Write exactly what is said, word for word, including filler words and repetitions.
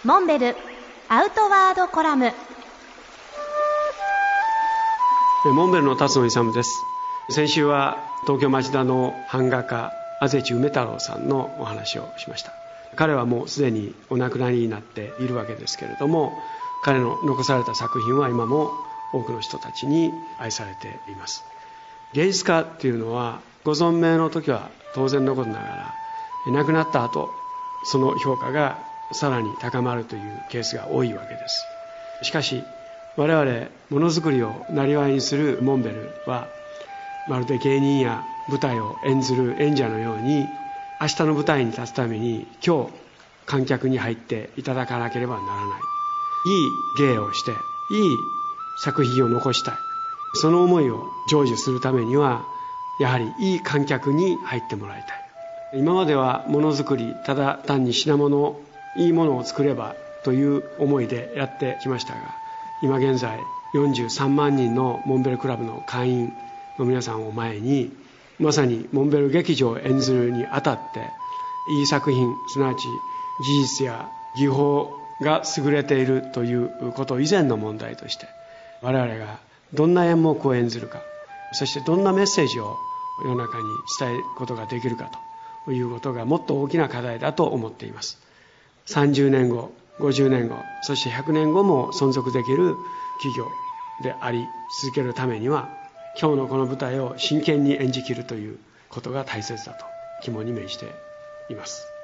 モンベルアウトワードコラム。 モンベルの辰野勇です。先週は東京町田の版画家阿世知梅太郎さんのお話をしました。彼はもうすでにお亡くなりになっているわけですけれども、彼の残された作品は今も多くの人たちに愛されています。芸術家っていうのはご存命の時は当然のことながら、亡くなった後その評価がさらに高まるというケースが多いわけです。しかし我々ものづくりを生業にするモンベルは、まるで芸人や舞台を演ずる演者のように、明日の舞台に立つために今日観客に入っていただかなければならない。いい芸をしていい作品を残したい。その思いを成就するためには、やはりいい観客に入ってもらいたい。今まではものづくり、ただ単に品物、いいものを作ればという思いでやってきましたが、今現在よんじゅうさんまんにんのモンベルクラブの会員の皆さんを前に、まさにモンベル劇場を演ずるにあたって、いい作品、すなわち技術や技法が優れているということ以前の問題として、我々がどんな演目を演ずるか、そしてどんなメッセージを世の中に伝えることができるかということがもっと大きな課題だと思っています。さんじゅうねんご、ごじゅうねんご、そしてひゃくねんごも存続できる企業であり続けるためには、今日のこの舞台を真剣に演じきるということが大切だと肝に銘じています。